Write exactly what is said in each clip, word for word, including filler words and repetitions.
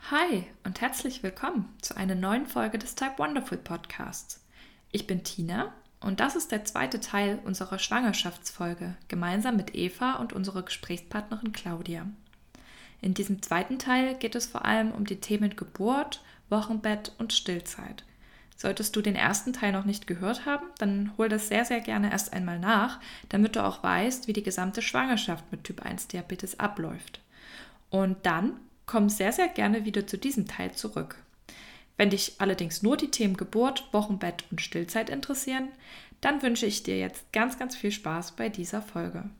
Hi und herzlich willkommen zu einer neuen Folge des Type Wonderful Podcasts. Ich bin Tina und das ist der zweite Teil unserer Schwangerschaftsfolge gemeinsam mit Eva und unserer Gesprächspartnerin Claudia. In diesem zweiten Teil geht es vor allem um die Themen Geburt, Wochenbett und Stillzeit. Solltest du den ersten Teil noch nicht gehört haben, dann hol das sehr, sehr gerne erst einmal nach, damit du auch weißt, wie die gesamte Schwangerschaft mit Typ eins Diabetes abläuft. Und dann komm sehr, sehr gerne wieder zu diesem Teil zurück. Wenn dich allerdings nur die Themen Geburt, Wochenbett und Stillzeit interessieren, dann wünsche ich dir jetzt ganz, ganz viel Spaß bei dieser Folge.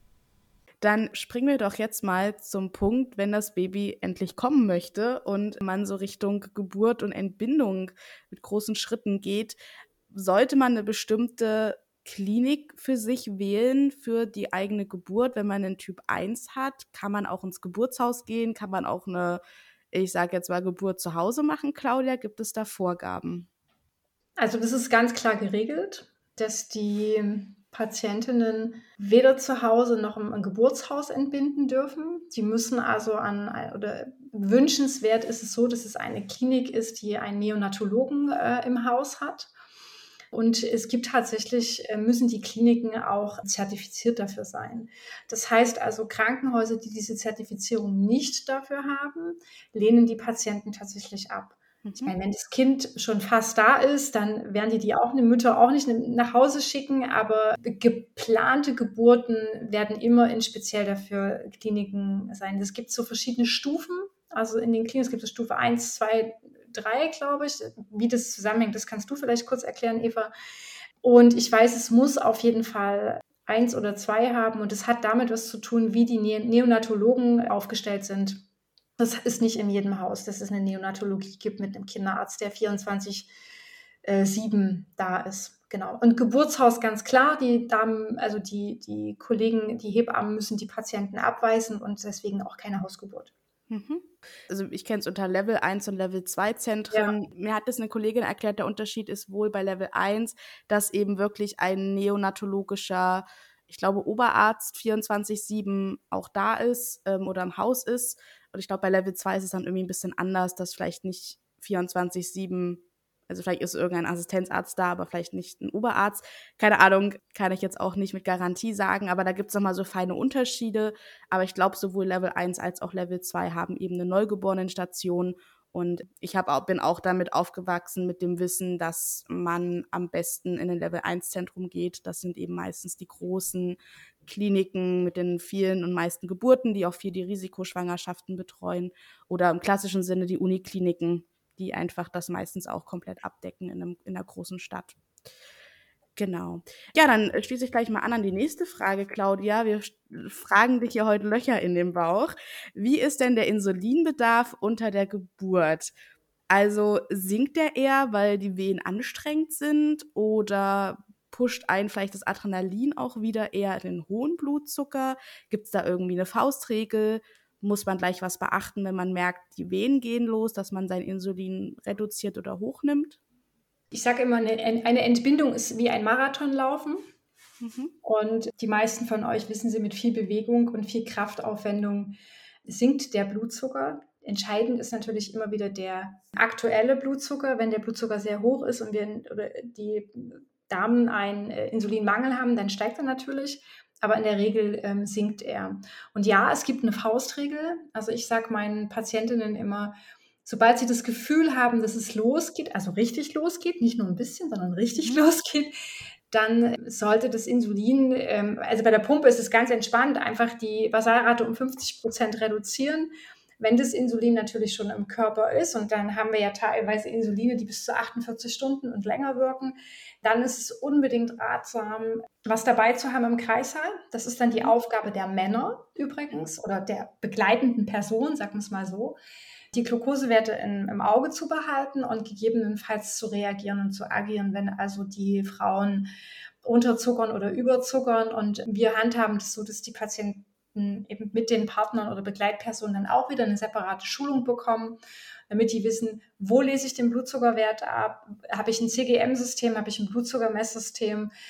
Dann springen wir doch jetzt mal zum Punkt, wenn das Baby endlich kommen möchte und man so Richtung Geburt und Entbindung mit großen Schritten geht. Sollte man eine bestimmte Klinik für sich wählen für die eigene Geburt, wenn man einen Typ eins hat? Kann man auch ins Geburtshaus gehen? Kann man auch eine, ich sage jetzt mal, Geburt zu Hause machen, Claudia? Gibt es da Vorgaben? Also das ist ganz klar geregelt, dass die Patientinnen weder zu Hause noch im Geburtshaus entbinden dürfen. Die müssen also an, oder wünschenswert ist es so, dass es eine Klinik ist, die einen Neonatologen äh, im Haus hat. Und es gibt tatsächlich, äh, müssen die Kliniken auch zertifiziert dafür sein. Das heißt also, Krankenhäuser, die diese Zertifizierung nicht dafür haben, lehnen die Patienten tatsächlich ab. Ich meine, wenn das Kind schon fast da ist, dann werden die die auch, eine Mütter auch nicht nach Hause schicken, aber geplante Geburten werden immer in speziell dafür Kliniken sein. Es gibt so verschiedene Stufen, also in den Kliniken, es gibt so Stufe eins, zwei, drei, glaube ich. Wie das zusammenhängt, das kannst du vielleicht kurz erklären, Eva. Und ich weiß, es muss auf jeden Fall eins oder zwei haben und es hat damit was zu tun, wie die Neonatologen aufgestellt sind. Das ist nicht in jedem Haus, dass es eine Neonatologie gibt mit einem Kinderarzt, der vierundzwanzig sieben da ist. Genau. Und Geburtshaus ganz klar, die Damen, also die, die Kollegen, die Hebammen müssen die Patienten abweisen und deswegen auch keine Hausgeburt. Mhm. Also ich kenne es unter Level eins und Level zwei Zentren. Ja. Mir hat das eine Kollegin erklärt, der Unterschied ist wohl bei Level eins, dass eben wirklich ein neonatologischer, ich glaube Oberarzt vierundzwanzig sieben auch da ist ähm, oder im Haus ist. Und ich glaube bei Level zwei ist es dann irgendwie ein bisschen anders, dass vielleicht nicht vierundzwanzig sieben, also vielleicht ist irgendein Assistenzarzt da, aber vielleicht nicht ein Oberarzt. Keine Ahnung, kann ich jetzt auch nicht mit Garantie sagen, aber da gibt es nochmal so feine Unterschiede. Aber ich glaube, sowohl Level eins als auch Level zwei haben eben eine Neugeborenenstation. Und ich hab auch, bin auch damit aufgewachsen mit dem Wissen, dass man am besten in ein Level eins Zentrum geht. Das sind eben meistens die großen Kliniken mit den vielen und meisten Geburten, die auch viel die Risikoschwangerschaften betreuen. Oder im klassischen Sinne die Unikliniken, die einfach das meistens auch komplett abdecken in, einem, in einer großen Stadt. Genau. Ja, dann schließe ich gleich mal an an die nächste Frage, Claudia. Wir fragen dich ja heute Löcher in den Bauch. Wie ist denn der Insulinbedarf unter der Geburt? Also sinkt der eher, weil die Wehen anstrengend sind oder pusht einen vielleicht das Adrenalin auch wieder eher in den hohen Blutzucker? Gibt es da irgendwie eine Faustregel? Muss man gleich was beachten, wenn man merkt, die Wehen gehen los, dass man sein Insulin reduziert oder hochnimmt? Ich sage immer, eine, eine Entbindung ist wie ein Marathonlaufen. Mhm. Und die meisten von euch wissen sie, mit viel Bewegung und viel Kraftaufwendung sinkt der Blutzucker. Entscheidend ist natürlich immer wieder der aktuelle Blutzucker. Wenn der Blutzucker sehr hoch ist und wir oder die Damen einen Insulinmangel haben, dann steigt er natürlich. Aber in der Regel ähm, sinkt er. Und ja, es gibt eine Faustregel. Also ich sage meinen Patientinnen immer, sobald sie das Gefühl haben, dass es losgeht, also richtig losgeht, nicht nur ein bisschen, sondern richtig losgeht, dann sollte das Insulin, ähm, also bei der Pumpe ist es ganz entspannt, einfach die Basalrate um fünfzig Prozent reduzieren. Wenn das Insulin natürlich schon im Körper ist, und dann haben wir ja teilweise Insuline, die bis zu achtundvierzig Stunden und länger wirken, dann ist es unbedingt ratsam, was dabei zu haben im Kreißsaal. Das ist dann die Aufgabe der Männer übrigens oder der begleitenden Person, sagen wir es mal so, die Glukosewerte in, im Auge zu behalten und gegebenenfalls zu reagieren und zu agieren, wenn also die Frauen unterzuckern oder überzuckern. Und wir handhaben das so, dass die Patienten eben mit den Partnern oder Begleitpersonen dann auch wieder eine separate Schulung bekommen, damit die wissen, wo lese ich den Blutzuckerwert ab, habe ich ein C G M-System, habe ich ein Blutzuckermesssystem,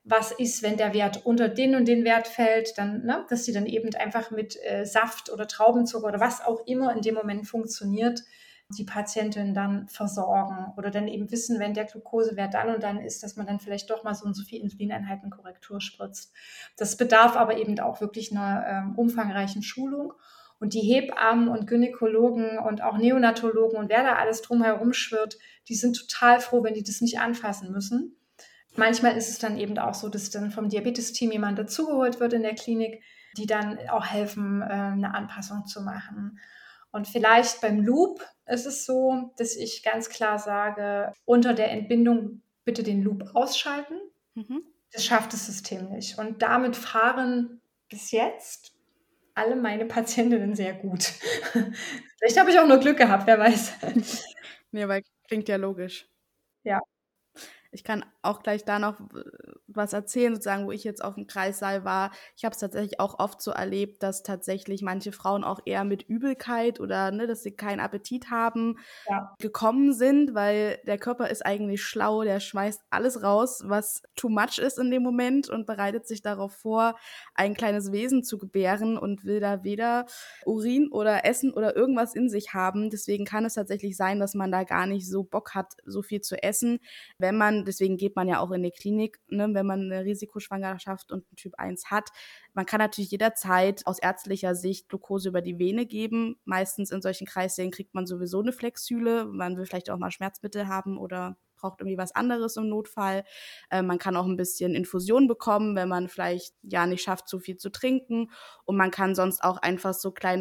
was ist, wenn der Wert unter den und den Wert fällt, dann, ne, dass sie dann eben einfach mit äh, Saft oder Traubenzucker oder was auch immer in dem Moment funktioniert, die Patientin dann versorgen oder dann eben wissen, wenn der Glukosewert dann und dann ist, dass man dann vielleicht doch mal so und so viel Insulineinheiten Korrektur spritzt. Das bedarf aber eben auch wirklich einer ähm, umfangreichen Schulung. Und die Hebammen und Gynäkologen und auch Neonatologen und wer da alles drumherum schwirrt, die sind total froh, wenn die das nicht anfassen müssen. Manchmal ist es dann eben auch so, dass dann vom Diabetesteam jemand dazugeholt wird in der Klinik, die dann auch helfen, eine Anpassung zu machen. Und vielleicht beim Loop ist es so, dass ich ganz klar sage, unter der Entbindung bitte den Loop ausschalten. Mhm. Das schafft das System nicht. Und damit fahren bis jetzt alle meine Patientinnen sehr gut. Vielleicht habe ich auch nur Glück gehabt, wer weiß. Nee, aber klingt ja logisch. Ja. Ich kann auch gleich da noch was erzählen, sozusagen, wo ich jetzt auf dem Kreissaal war. Ich habe es tatsächlich auch oft so erlebt, dass tatsächlich manche Frauen auch eher mit Übelkeit oder ne, dass sie keinen Appetit haben, ja, gekommen sind, weil der Körper ist eigentlich schlau, der schmeißt alles raus, was too much ist in dem Moment und bereitet sich darauf vor, ein kleines Wesen zu gebären und will da weder Urin oder Essen oder irgendwas in sich haben. Deswegen kann es tatsächlich sein, dass man da gar nicht so Bock hat, so viel zu essen. Wenn man, deswegen geht man ja auch in die Klinik, ne, wenn man eine Risikoschwangerschaft und einen Typ eins hat. Man kann natürlich jederzeit aus ärztlicher Sicht Glucose über die Vene geben. Meistens in solchen Kreissälen kriegt man sowieso eine Flexsyle. Man will vielleicht auch mal Schmerzmittel haben oder braucht irgendwie was anderes im Notfall. Äh, man kann auch ein bisschen Infusion bekommen, wenn man vielleicht ja nicht schafft, zu viel zu trinken. Und man kann sonst auch einfach so kleine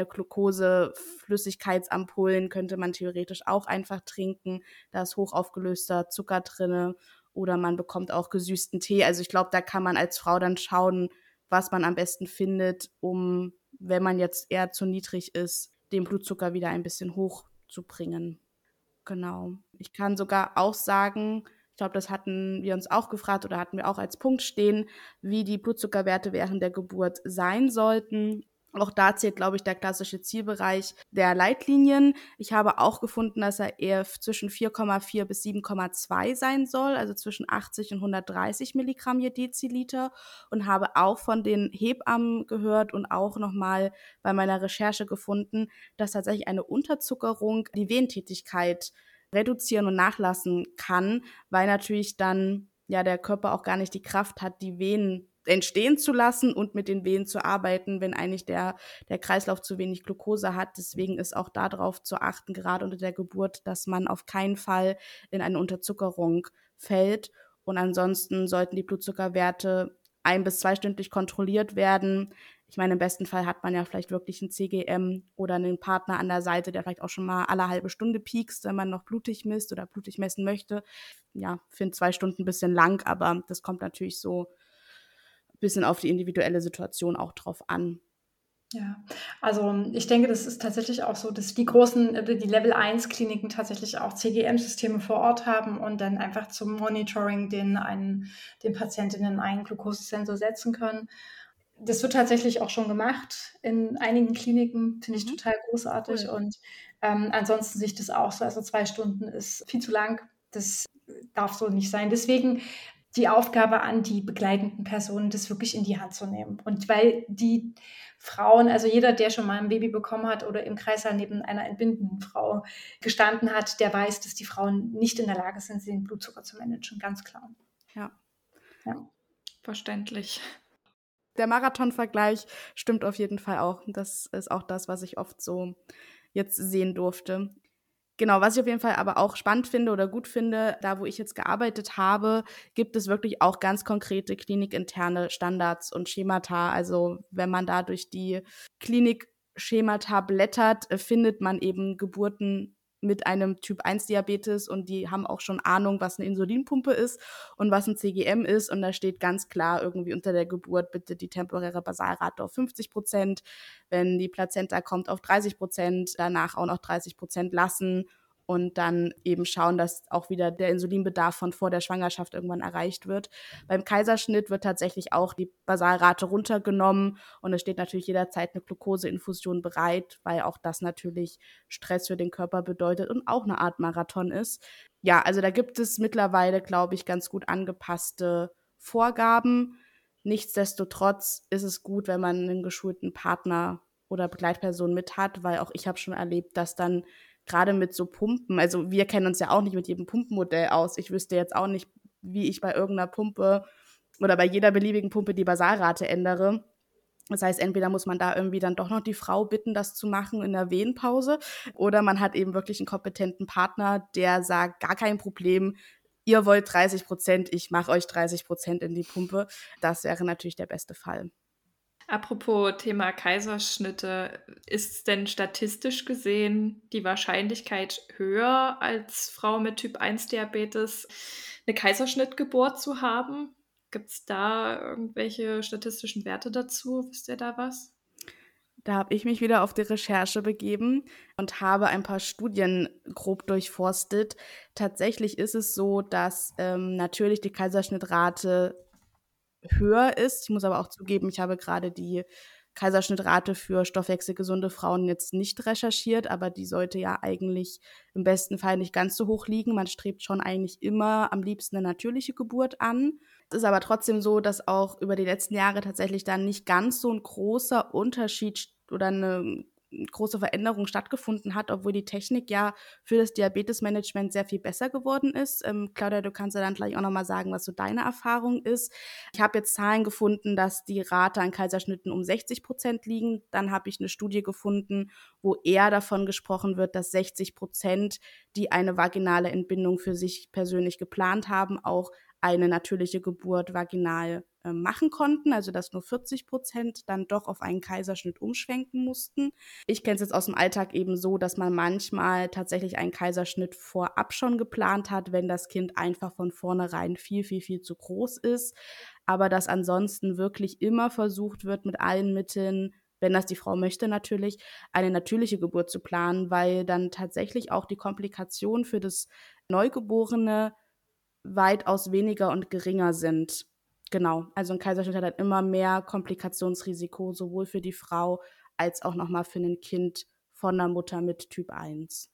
Glucose-Flüssigkeitsampullen könnte man theoretisch auch einfach trinken. Da ist hochaufgelöster Zucker drin. Oder man bekommt auch gesüßten Tee. Also ich glaube, da kann man als Frau dann schauen, was man am besten findet, um, wenn man jetzt eher zu niedrig ist, den Blutzucker wieder ein bisschen hochzubringen. Genau. Ich kann sogar auch sagen, ich glaube, das hatten wir uns auch gefragt oder hatten wir auch als Punkt stehen, wie die Blutzuckerwerte während der Geburt sein sollten. Auch da zählt, glaube ich, der klassische Zielbereich der Leitlinien. Ich habe auch gefunden, dass er eher zwischen vier Komma vier bis sieben Komma zwei sein soll, also zwischen achtzig und hundertdreißig Milligramm je Deziliter, und habe auch von den Hebammen gehört und auch nochmal bei meiner Recherche gefunden, dass tatsächlich eine Unterzuckerung die Venentätigkeit reduzieren und nachlassen kann, weil natürlich dann ja der Körper auch gar nicht die Kraft hat, die Venen entstehen zu lassen und mit den Venen zu arbeiten, wenn eigentlich der, der Kreislauf zu wenig Glucose hat. Deswegen ist auch darauf zu achten, gerade unter der Geburt, dass man auf keinen Fall in eine Unterzuckerung fällt. Und ansonsten sollten die Blutzuckerwerte ein- bis zweistündlich kontrolliert werden. Ich meine, im besten Fall hat man ja vielleicht wirklich ein C G M oder einen Partner an der Seite, der vielleicht auch schon mal alle halbe Stunde piekst, wenn man noch blutig misst oder blutig messen möchte. Ja, finde zwei Stunden ein bisschen lang, aber das kommt natürlich so ein bisschen auf die individuelle Situation auch drauf an. Ja, also ich denke, das ist tatsächlich auch so, dass die großen, die Level eins Kliniken tatsächlich auch C G M-Systeme vor Ort haben und dann einfach zum Monitoring den, einen, den Patientinnen einen Glukosesensor setzen können. Das wird tatsächlich auch schon gemacht in einigen Kliniken, finde ich mhm. total großartig. Cool. Und ähm, ansonsten sehe ich das auch so. Also zwei Stunden ist viel zu lang. Das darf so nicht sein. Deswegen die Aufgabe an die begleitenden Personen, das wirklich in die Hand zu nehmen. Und weil die Frauen, also jeder, der schon mal ein Baby bekommen hat oder im Kreißsaal neben einer entbindenden Frau gestanden hat, der weiß, dass die Frauen nicht in der Lage sind, den Blutzucker zu managen. Ganz klar. Ja. Ja. Verständlich. Der Marathon-Vergleich stimmt auf jeden Fall auch. Das ist auch das, was ich oft so jetzt sehen durfte. Genau, was ich auf jeden Fall aber auch spannend finde oder gut finde, da wo ich jetzt gearbeitet habe, gibt es wirklich auch ganz konkrete klinikinterne Standards und Schemata. Also wenn man da durch die Klinikschemata blättert, findet man eben Geburten mit einem Typ eins Diabetes und die haben auch schon Ahnung, was eine Insulinpumpe ist und was ein C G M ist, und da steht ganz klar irgendwie unter der Geburt bitte die temporäre Basalrate auf fünfzig Prozent, wenn die Plazenta kommt auf dreißig Prozent, danach auch noch dreißig Prozent lassen und dann eben schauen, dass auch wieder der Insulinbedarf von vor der Schwangerschaft irgendwann erreicht wird. Beim Kaiserschnitt wird tatsächlich auch die Basalrate runtergenommen und es steht natürlich jederzeit eine Glukoseinfusion bereit, weil auch das natürlich Stress für den Körper bedeutet und auch eine Art Marathon ist. Ja, also da gibt es mittlerweile, glaube ich, ganz gut angepasste Vorgaben. Nichtsdestotrotz ist es gut, wenn man einen geschulten Partner oder Begleitperson mit hat, weil auch ich habe schon erlebt, dass dann gerade mit so Pumpen, also wir kennen uns ja auch nicht mit jedem Pumpenmodell aus. Ich wüsste jetzt auch nicht, wie ich bei irgendeiner Pumpe oder bei jeder beliebigen Pumpe die Basalrate ändere. Das heißt, entweder muss man da irgendwie dann doch noch die Frau bitten, das zu machen in der Wehenpause, oder man hat eben wirklich einen kompetenten Partner, der sagt, gar kein Problem, ihr wollt dreißig Prozent, ich mache euch dreißig Prozent in die Pumpe. Das wäre natürlich der beste Fall. Apropos Thema Kaiserschnitte, ist denn statistisch gesehen die Wahrscheinlichkeit höher, als Frau mit Typ eins Diabetes eine Kaiserschnittgeburt zu haben? Gibt es da irgendwelche statistischen Werte dazu? Wisst ihr da was? Da habe ich mich wieder auf die Recherche begeben und habe ein paar Studien grob durchforstet. Tatsächlich ist es so, dass ähm, natürlich die Kaiserschnittrate höher ist. Ich muss aber auch zugeben, ich habe gerade die Kaiserschnittrate für stoffwechselgesunde Frauen jetzt nicht recherchiert, aber die sollte ja eigentlich im besten Fall nicht ganz so hoch liegen. Man strebt schon eigentlich immer am liebsten eine natürliche Geburt an. Es ist aber trotzdem so, dass auch über die letzten Jahre tatsächlich dann nicht ganz so ein großer Unterschied oder eine große Veränderung stattgefunden hat, obwohl die Technik ja für das Diabetesmanagement sehr viel besser geworden ist. Ähm, Claudia, du kannst ja dann gleich auch nochmal sagen, was so deine Erfahrung ist. Ich habe jetzt Zahlen gefunden, dass die Rate an Kaiserschnitten um sechzig Prozent liegen. Dann habe ich eine Studie gefunden, wo eher davon gesprochen wird, dass sechzig Prozent, die eine vaginale Entbindung für sich persönlich geplant haben, auch eine natürliche Geburt vaginal äh, machen konnten, also dass nur vierzig Prozent dann doch auf einen Kaiserschnitt umschwenken mussten. Ich kenne es jetzt aus dem Alltag eben so, dass man manchmal tatsächlich einen Kaiserschnitt vorab schon geplant hat, wenn das Kind einfach von vornherein viel, viel, viel zu groß ist, aber dass ansonsten wirklich immer versucht wird, mit allen Mitteln, wenn das die Frau möchte natürlich, eine natürliche Geburt zu planen, weil dann tatsächlich auch die Komplikationen für das Neugeborene weitaus weniger und geringer sind. Genau, also ein Kaiserschnitt hat halt immer mehr Komplikationsrisiko, sowohl für die Frau als auch nochmal für ein Kind von einer Mutter mit Typ eins.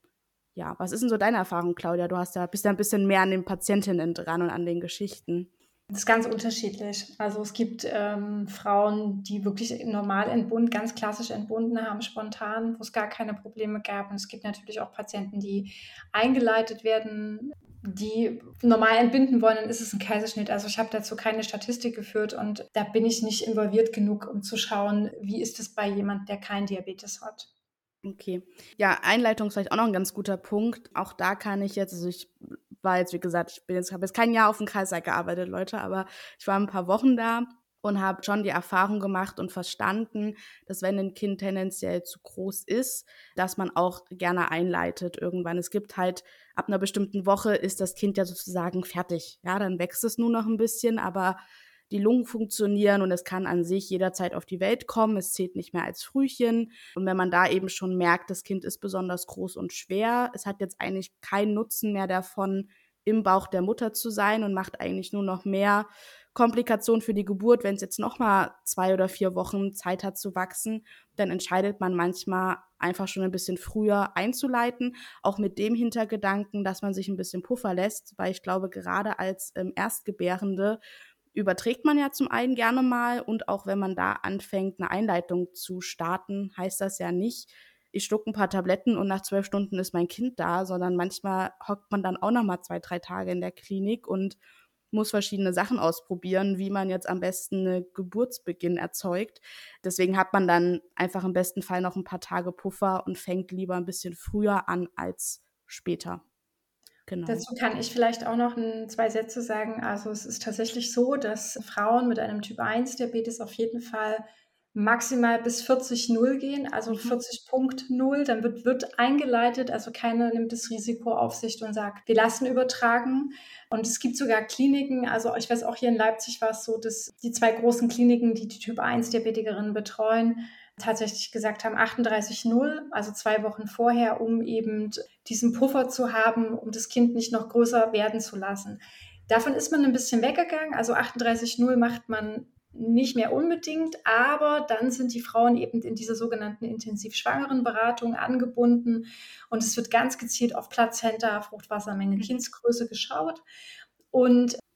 Ja, was ist denn so deine Erfahrung, Claudia? Du hast ja, bist ja ein bisschen mehr an den Patientinnen dran und an den Geschichten. Das ist ganz unterschiedlich. Also es gibt ähm, Frauen, die wirklich normal entbunden, ganz klassisch entbunden haben, spontan, wo es gar keine Probleme gab. Und es gibt natürlich auch Patienten, die eingeleitet werden, die normal entbinden wollen, dann ist es ein Kaiserschnitt. Also ich habe dazu keine Statistik geführt und da bin ich nicht involviert genug, um zu schauen, wie ist es bei jemand, der keinen Diabetes hat. Okay. Ja, Einleitung ist vielleicht auch noch ein ganz guter Punkt. Auch da kann ich jetzt, also ich war jetzt, wie gesagt, ich bin jetzt, habe jetzt kein Jahr auf dem Kaiser gearbeitet, Leute, aber ich war ein paar Wochen da und habe schon die Erfahrung gemacht und verstanden, dass wenn ein Kind tendenziell zu groß ist, dass man auch gerne einleitet irgendwann. Es gibt halt, ab einer bestimmten Woche ist das Kind ja sozusagen fertig. Ja, dann wächst es nur noch ein bisschen, aber die Lungen funktionieren und es kann an sich jederzeit auf die Welt kommen. Es zählt nicht mehr als Frühchen. Und wenn man da eben schon merkt, das Kind ist besonders groß und schwer, es hat jetzt eigentlich keinen Nutzen mehr davon, im Bauch der Mutter zu sein und macht eigentlich nur noch mehr Komplikationen für die Geburt. Wenn es jetzt noch mal zwei oder vier Wochen Zeit hat zu wachsen, dann entscheidet man manchmal einfach schon ein bisschen früher einzuleiten, auch mit dem Hintergedanken, dass man sich ein bisschen Puffer lässt, weil ich glaube, gerade als ähm, Erstgebärende überträgt man ja zum einen gerne mal und auch wenn man da anfängt, eine Einleitung zu starten, heißt das ja nicht, ich schlucke ein paar Tabletten und nach zwölf Stunden ist mein Kind da, sondern manchmal hockt man dann auch noch mal zwei, drei Tage in der Klinik und muss verschiedene Sachen ausprobieren, wie man jetzt am besten einen Geburtsbeginn erzeugt. Deswegen hat man dann einfach im besten Fall noch ein paar Tage Puffer und fängt lieber ein bisschen früher an als später. Genau. Dazu kann ich vielleicht auch noch ein, zwei Sätze sagen. Also es ist tatsächlich so, dass Frauen mit einem Typ eins Diabetes auf jeden Fall maximal bis vierzig Komma null gehen, also mhm. vierzig Komma null, dann wird, wird eingeleitet, also keiner nimmt das Risiko auf sich und sagt, wir lassen übertragen. Und es gibt sogar Kliniken, also ich weiß auch hier in Leipzig war es so, dass die zwei großen Kliniken, die die Typ eins Diabetikerinnen betreuen, tatsächlich gesagt haben, achtunddreißig Komma null, also zwei Wochen vorher, um eben diesen Puffer zu haben, um das Kind nicht noch größer werden zu lassen. Davon ist man ein bisschen weggegangen, also achtunddreißig Komma null macht man nicht mehr unbedingt, aber dann sind die Frauen eben in dieser sogenannten Intensivschwangerenberatung angebunden und es wird ganz gezielt auf Plazenta, Fruchtwassermenge, Kindsgröße geschaut. Und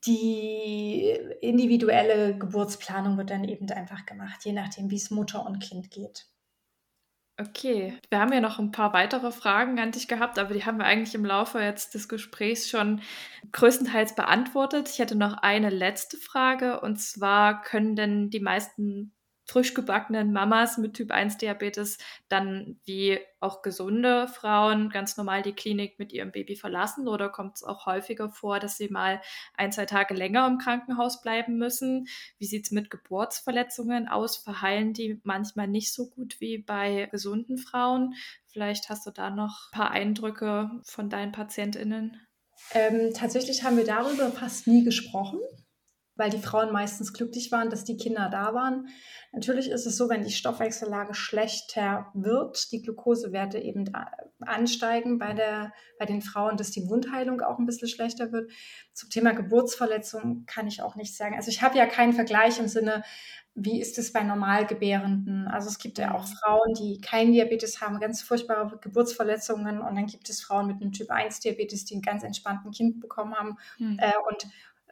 die individuelle Geburtsplanung wird dann eben einfach gemacht, je nachdem, wie es Mutter und Kind geht. Okay, wir haben ja noch ein paar weitere Fragen an dich gehabt, aber die haben wir eigentlich im Laufe jetzt des Gesprächs schon größtenteils beantwortet. Ich hätte noch eine letzte Frage, und zwar können denn die meisten frisch gebackenen Mamas mit Typ eins Diabetes dann wie auch gesunde Frauen ganz normal die Klinik mit ihrem Baby verlassen, oder kommt es auch häufiger vor, dass sie mal ein, zwei Tage länger im Krankenhaus bleiben müssen? Wie sieht es mit Geburtsverletzungen aus? Verheilen die manchmal nicht so gut wie bei gesunden Frauen? Vielleicht hast du da noch ein paar Eindrücke von deinen PatientInnen. Ähm, tatsächlich haben wir darüber fast nie gesprochen, weil die Frauen meistens glücklich waren, dass die Kinder da waren. Natürlich ist es so, wenn die Stoffwechsellage schlechter wird, die Glukosewerte eben ansteigen bei, der, bei den Frauen, dass die Wundheilung auch ein bisschen schlechter wird. Zum Thema Geburtsverletzung kann ich auch nichts sagen. Also ich habe ja keinen Vergleich im Sinne, wie ist es bei Normalgebärenden? Also es gibt ja auch Frauen, die keinen Diabetes haben, ganz furchtbare Geburtsverletzungen, und dann gibt es Frauen mit einem Typ eins Diabetes, die ein ganz entspannten Kind bekommen haben hm. äh, und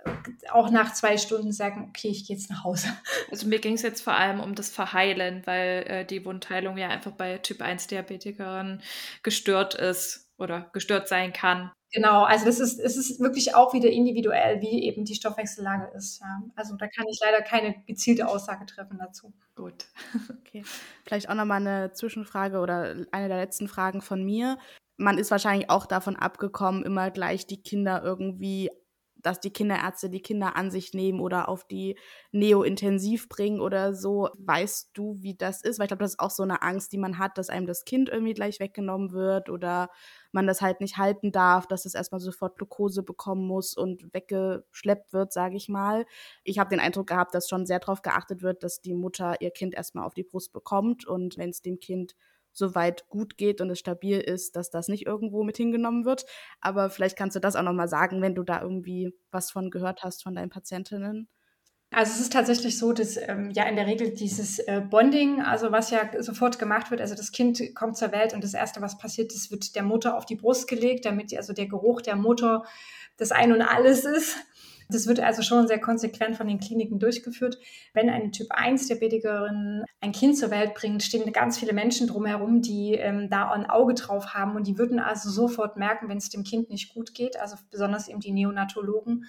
auch nach zwei Stunden sagen, okay, ich gehe jetzt nach Hause. Also mir ging es jetzt vor allem um das Verheilen, weil äh, die Wundheilung ja einfach bei Typ eins Diabetikern gestört ist oder gestört sein kann. Genau, also das ist, es ist wirklich auch wieder individuell, wie eben die Stoffwechsellage ist. Ja. Also da kann ich leider keine gezielte Aussage treffen dazu. Gut. Okay, vielleicht auch nochmal eine Zwischenfrage oder eine der letzten Fragen von mir. Man ist wahrscheinlich auch davon abgekommen, immer gleich die Kinder irgendwie, dass die Kinderärzte die Kinder an sich nehmen oder auf die Neo-Intensiv bringen oder so. Weißt du, wie das ist? Weil ich glaube, das ist auch so eine Angst, die man hat, dass einem das Kind irgendwie gleich weggenommen wird oder man das halt nicht halten darf, dass es erstmal sofort Glucose bekommen muss und weggeschleppt wird, sage ich mal. Ich habe den Eindruck gehabt, dass schon sehr darauf geachtet wird, dass die Mutter ihr Kind erstmal auf die Brust bekommt, und wenn es dem Kind soweit gut geht und es stabil ist, dass das nicht irgendwo mit hingenommen wird. Aber vielleicht kannst du das auch nochmal sagen, wenn du da irgendwie was von gehört hast von deinen Patientinnen. Also es ist tatsächlich so, dass ähm, ja in der Regel dieses äh, Bonding, also was ja sofort gemacht wird, also das Kind kommt zur Welt und das Erste, was passiert ist, wird der Mutter auf die Brust gelegt, damit also der Geruch der Mutter das Ein und Alles ist. Das wird also schon sehr konsequent von den Kliniken durchgeführt. Wenn eine Typ eins Diabetikerin ein Kind zur Welt bringt, stehen ganz viele Menschen drumherum, die ähm, da ein Auge drauf haben, und die würden also sofort merken, wenn es dem Kind nicht gut geht, also besonders eben die Neonatologen.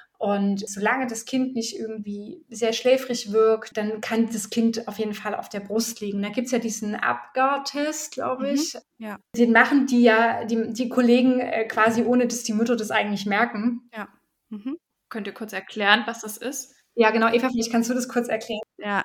Und solange das Kind nicht irgendwie sehr schläfrig wirkt, dann kann das Kind auf jeden Fall auf der Brust liegen. Da gibt es ja diesen Apgar-Test, glaube ich. Mhm, ja. Den machen die ja, die, die Kollegen äh, quasi, ohne dass die Mütter das eigentlich merken. Ja. Mhm. Könnt ihr kurz erklären, was das ist? Ja, genau. Eva, vielleicht kannst du das kurz erklären. Ja.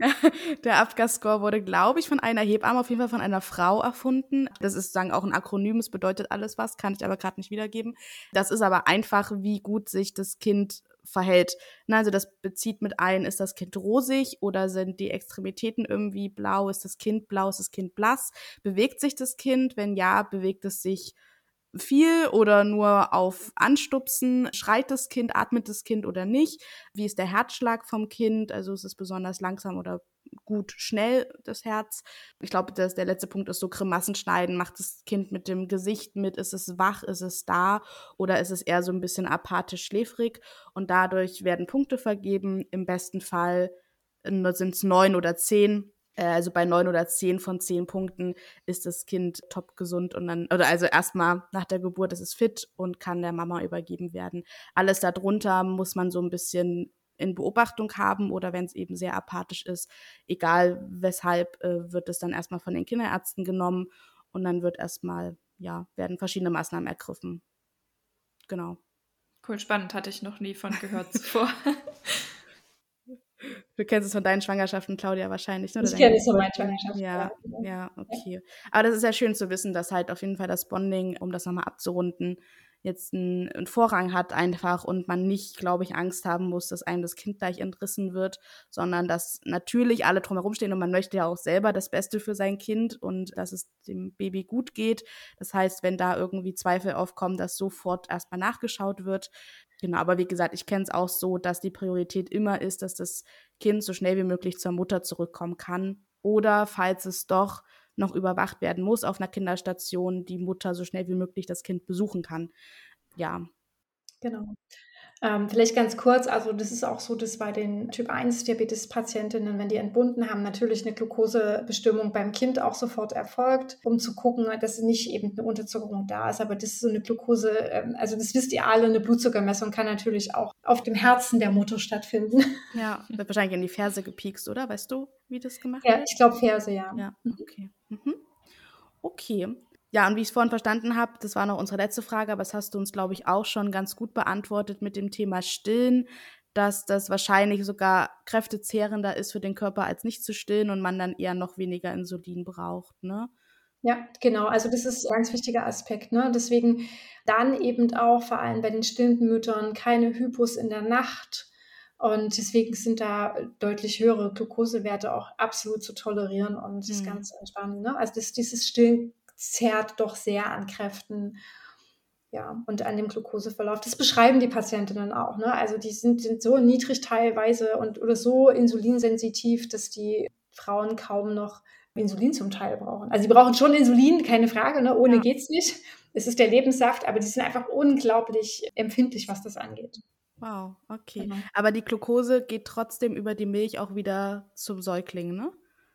Der Apgar-Score wurde, glaube ich, von einer Hebamme, auf jeden Fall von einer Frau erfunden. Das ist sozusagen auch ein Akronym, es bedeutet alles was, kann ich aber gerade nicht wiedergeben. Das ist aber einfach, wie gut sich das Kind verhält. Also das bezieht mit ein, ist das Kind rosig oder sind die Extremitäten irgendwie blau, ist das Kind blau, ist das Kind blass, bewegt sich das Kind, wenn ja, bewegt es sich viel oder nur auf Anstupsen, schreit das Kind, atmet das Kind oder nicht, wie ist der Herzschlag vom Kind, also ist es besonders langsam oder gut schnell, das Herz. Ich glaube, dass der letzte Punkt ist so Grimassen schneiden, macht das Kind mit dem Gesicht mit, ist es wach, ist es da oder ist es eher so ein bisschen apathisch schläfrig, und dadurch werden Punkte vergeben, im besten Fall sind es neun oder zehn. Also bei neun oder zehn von zehn Punkten ist das Kind top gesund und dann, oder also erstmal nach der Geburt ist es fit und kann der Mama übergeben werden. Alles darunter muss man so ein bisschen in Beobachtung haben, oder wenn es eben sehr apathisch ist, egal weshalb, äh, wird es dann erstmal von den Kinderärzten genommen und dann wird erstmal, ja, werden verschiedene Maßnahmen ergriffen. Genau. Cool, spannend, hatte ich noch nie von gehört zuvor. Du kennst es von deinen Schwangerschaften, Claudia, wahrscheinlich, ne? Ich kenne es von meinen Schwangerschaften. Ja, ja, okay. Aber das ist ja schön zu wissen, dass halt auf jeden Fall das Bonding, um das nochmal abzurunden, jetzt einen, einen Vorrang hat einfach und man nicht, glaube ich, Angst haben muss, dass einem das Kind gleich entrissen wird, sondern dass natürlich alle drumherum stehen und man möchte ja auch selber das Beste für sein Kind und dass es dem Baby gut geht. Das heißt, wenn da irgendwie Zweifel aufkommen, dass sofort erstmal nachgeschaut wird. Genau, aber wie gesagt, ich kenne es auch so, dass die Priorität immer ist, dass das Kind so schnell wie möglich zur Mutter zurückkommen kann oder, falls es doch noch überwacht werden muss auf einer Kinderstation, die Mutter so schnell wie möglich das Kind besuchen kann. Ja. Genau. Ähm, vielleicht ganz kurz, also das ist auch so, dass bei den Typ eins Diabetes-Patientinnen, wenn die entbunden haben, natürlich eine Glukosebestimmung beim Kind auch sofort erfolgt, um zu gucken, dass nicht eben eine Unterzuckerung da ist. Aber das ist so eine Glukose, ähm, also das wisst ihr alle, eine Blutzuckermessung kann natürlich auch auf dem Herzen der Mutter stattfinden. Ja, wird wahrscheinlich in die Ferse gepiekst, oder? Weißt du, wie das gemacht Ja, wird? ich glaube Ferse, ja. Ja, okay. Mhm. Okay. Ja, und wie ich es vorhin verstanden habe, das war noch unsere letzte Frage, aber das hast du uns, glaube ich, auch schon ganz gut beantwortet mit dem Thema Stillen, dass das wahrscheinlich sogar kräftezehrender ist für den Körper, als nicht zu stillen und man dann eher noch weniger Insulin braucht, ne? Ja, genau. Also das ist ein ganz wichtiger Aspekt, ne? Deswegen dann eben auch vor allem bei den stillenden Müttern keine Hypos in der Nacht. Und deswegen sind da deutlich höhere Glukosewerte auch absolut zu tolerieren und das ist Hm. ganz entspannend, ne? Also das, dieses Stillen zehrt doch sehr an Kräften, ja, und an dem Glukoseverlauf. Das beschreiben die Patientinnen auch, ne? Also die sind, sind so niedrig teilweise und oder so insulinsensitiv, dass die Frauen kaum noch Insulin zum Teil brauchen. Also die brauchen schon Insulin, keine Frage, ne? Ohne Ja. geht's nicht. Es ist der Lebenssaft, aber die sind einfach unglaublich empfindlich, was das angeht. Wow, okay. Genau. Aber die Glukose geht trotzdem über die Milch auch wieder zum Säugling, ne?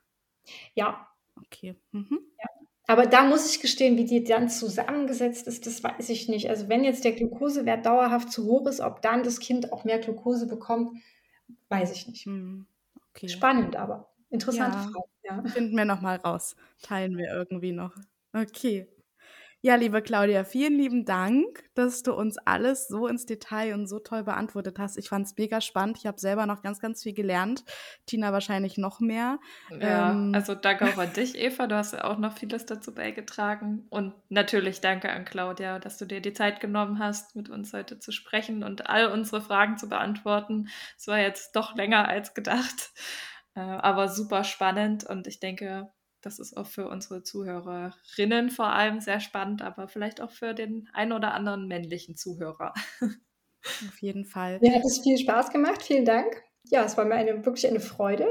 Ja, Okay. Mhm. aber da muss ich gestehen, wie die dann zusammengesetzt ist, das weiß ich nicht. Also wenn jetzt der Glukosewert dauerhaft zu hoch ist, ob dann das Kind auch mehr Glukose bekommt, weiß ich nicht. Hm. Okay. Spannend, aber interessante Ja. Frage. Ja. Finden wir noch mal raus. Teilen wir irgendwie noch. Okay. Ja, liebe Claudia, vielen lieben Dank, dass du uns alles so ins Detail und so toll beantwortet hast. Ich fand es mega spannend. Ich habe selber noch ganz, ganz viel gelernt. Tina wahrscheinlich noch mehr. Ja, Ähm, also danke auch an dich, Eva. Du hast ja auch noch vieles dazu beigetragen. Und natürlich danke an Claudia, dass du dir die Zeit genommen hast, mit uns heute zu sprechen und all unsere Fragen zu beantworten. Es war jetzt doch länger als gedacht, äh, aber super spannend. Und ich denke, das ist auch für unsere Zuhörerinnen vor allem sehr spannend, aber vielleicht auch für den ein oder anderen männlichen Zuhörer. auf jeden Fall. Mir hat es viel Spaß gemacht. Vielen Dank. Ja, es war mir eine, wirklich eine Freude.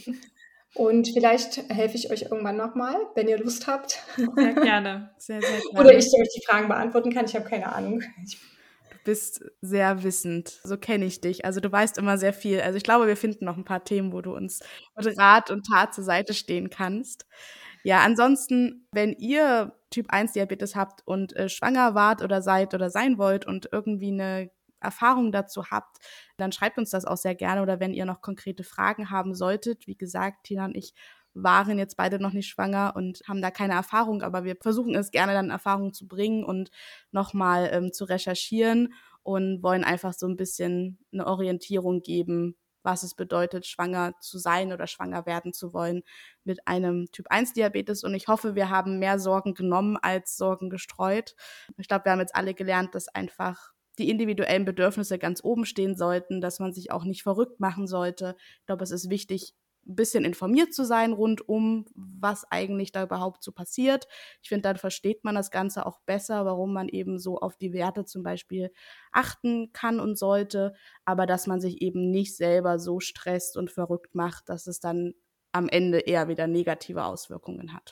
Und vielleicht helfe ich euch irgendwann nochmal, wenn ihr Lust habt. Sehr gerne. Sehr, sehr gerne. Oder ich euch die Fragen beantworten kann. Ich habe keine Ahnung. Du bist sehr wissend. So kenne ich dich. Also du weißt immer sehr viel. Also ich glaube, wir finden noch ein paar Themen, wo du uns mit Rat und Tat zur Seite stehen kannst. Ja, ansonsten, wenn ihr Typ eins Diabetes habt und äh, schwanger wart oder seid oder sein wollt und irgendwie eine Erfahrung dazu habt, dann schreibt uns das auch sehr gerne. Oder wenn ihr noch konkrete Fragen haben solltet, wie gesagt, Tina und ich waren jetzt beide noch nicht schwanger und haben da keine Erfahrung, aber wir versuchen es gerne dann in Erfahrung zu bringen und nochmal ähm, zu recherchieren und wollen einfach so ein bisschen eine Orientierung geben, was es bedeutet, schwanger zu sein oder schwanger werden zu wollen mit einem Typ eins Diabetes. Und ich hoffe, wir haben mehr Sorgen genommen als Sorgen gestreut. Ich glaube, wir haben jetzt alle gelernt, dass einfach die individuellen Bedürfnisse ganz oben stehen sollten, dass man sich auch nicht verrückt machen sollte. Ich glaube, es ist wichtig, ein bisschen informiert zu sein rund um, was eigentlich da überhaupt so passiert. Ich finde, dann versteht man das Ganze auch besser, warum man eben so auf die Werte zum Beispiel achten kann und sollte, aber dass man sich eben nicht selber so stresst und verrückt macht, dass es dann am Ende eher wieder negative Auswirkungen hat.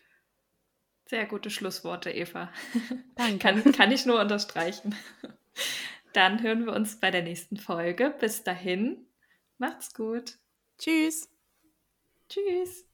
Sehr gute Schlussworte, Eva. Danke. Kann, kann ich nur unterstreichen. Dann hören wir uns bei der nächsten Folge. Bis dahin, macht's gut. Tschüss. Tschüss.